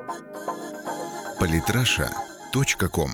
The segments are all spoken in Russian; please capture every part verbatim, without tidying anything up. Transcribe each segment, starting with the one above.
политраша точка ком.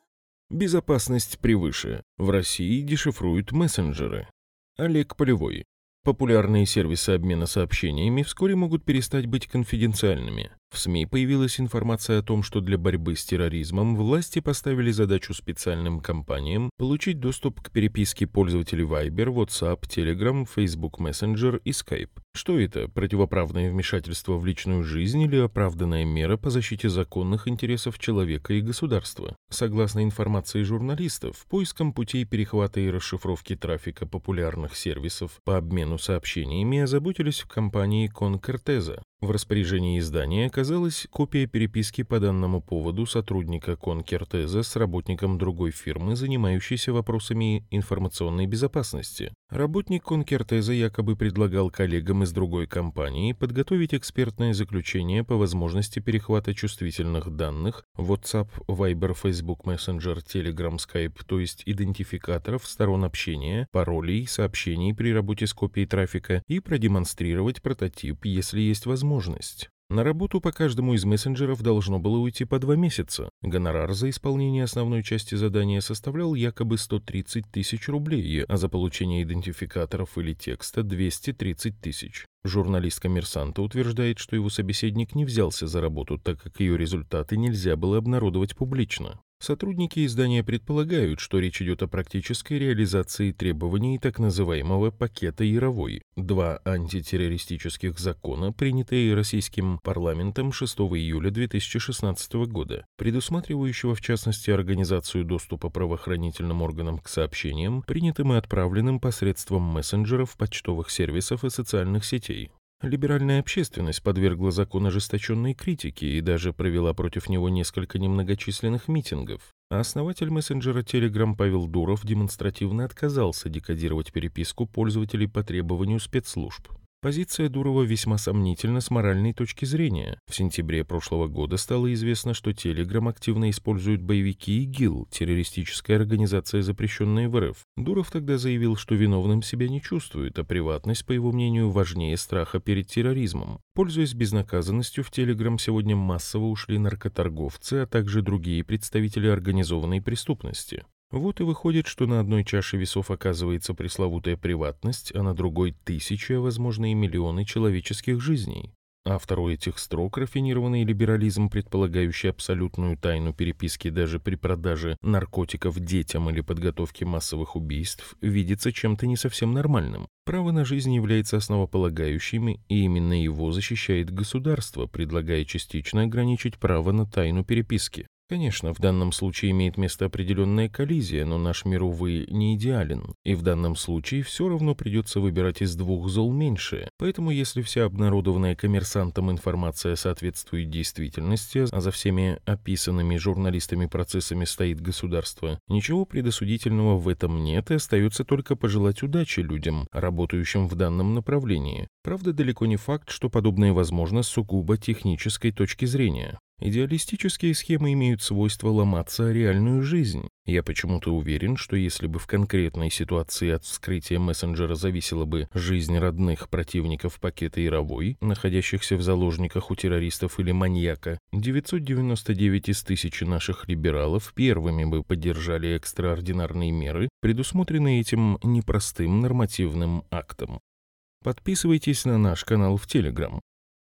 Безопасность превыше. В России дешифруют мессенджеры. Олег Полевой. Популярные сервисы обмена сообщениями вскоре могут перестать быть конфиденциальными. В СМИ появилась информация о том, что для борьбы с терроризмом власти поставили задачу специальным компаниям получить доступ к переписке пользователей Viber, WhatsApp, Telegram, Facebook Messenger и Skype. Что это? Противоправное вмешательство в личную жизнь или оправданная мера по защите законных интересов человека и государства? Согласно информации журналистов, поиском путей перехвата и расшифровки трафика популярных сервисов по обмену сообщениями озаботились в компании Конкортеза. В распоряжении издания оказалась копия переписки по данному поводу сотрудника Конкортеза с работником другой фирмы, занимающейся вопросами информационной безопасности. Работник Конкортеза якобы предлагал коллегам из другой компании подготовить экспертное заключение по возможности перехвата чувствительных данных WhatsApp, Viber, Facebook Messenger, Telegram, Skype, то есть идентификаторов сторон общения, паролей, сообщений при работе с копией трафика и продемонстрировать прототип, если есть возможность. Возможность. На работу по каждому из мессенджеров должно было уйти по два месяца. Гонорар за исполнение основной части задания составлял якобы сто тридцать тысяч рублей, а за получение идентификаторов или текста двести тридцать тысяч. Журналист «Коммерсанта» утверждает, что его собеседник не взялся за работу, так как ее результаты нельзя было обнародовать публично. Сотрудники издания предполагают, что речь идет о практической реализации требований так называемого пакета Яровой, два антитеррористических закона, принятые российским парламентом шестого июля две тысячи шестнадцатого года, предусматривающего в частности организацию доступа правоохранительным органам к сообщениям, принятым и отправленным посредством мессенджеров, почтовых сервисов и социальных сетей. Либеральная общественность подвергла закон ожесточенной критике и даже провела против него несколько немногочисленных митингов. А основатель мессенджера Telegram Павел Дуров демонстративно отказался декодировать переписку пользователей по требованию спецслужб. Позиция Дурова весьма сомнительна с моральной точки зрения. В сентябре прошлого года стало известно, что Telegram активно используют боевики ИГИЛ, террористическая организация, запрещенная в РФ. Дуров тогда заявил, что виновным себя не чувствует, а приватность, по его мнению, важнее страха перед терроризмом. Пользуясь безнаказанностью, в Telegram сегодня массово ушли наркоторговцы, а также другие представители организованной преступности. Вот и выходит, что на одной чаше весов оказывается пресловутая приватность, а на другой тысячи, а возможно и миллионы человеческих жизней. Автору этих строк рафинированный либерализм, предполагающий абсолютную тайну переписки даже при продаже наркотиков детям или подготовке массовых убийств, видится чем-то не совсем нормальным. Право на жизнь является основополагающим, и именно его защищает государство, предлагая частично ограничить право на тайну переписки. Конечно, в данном случае имеет место определенная коллизия, но наш мир, увы, не идеален, и в данном случае все равно придется выбирать из двух зол меньшее. Поэтому если вся обнародованная «Коммерсантом» информация соответствует действительности, а за всеми описанными журналистами процессами стоит государство, ничего предосудительного в этом нет, и остается только пожелать удачи людям, работающим в данном направлении. Правда, далеко не факт, что подобное возможно с сугубо технической точки зрения. Идеалистические схемы имеют свойство ломаться о реальную жизнь. Я почему-то уверен, что если бы в конкретной ситуации от вскрытия мессенджера зависела бы жизнь родных противников пакета Яровой, находящихся в заложниках у террористов или маньяка, девятьсот девяносто девять из тысячи наших либералов первыми бы поддержали экстраординарные меры, предусмотренные этим непростым нормативным актом. Подписывайтесь на наш канал в Telegram.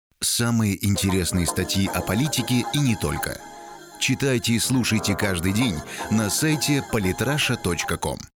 Самые интересные статьи о политике и не только. Читайте и слушайте каждый день на сайте политраша точка ком.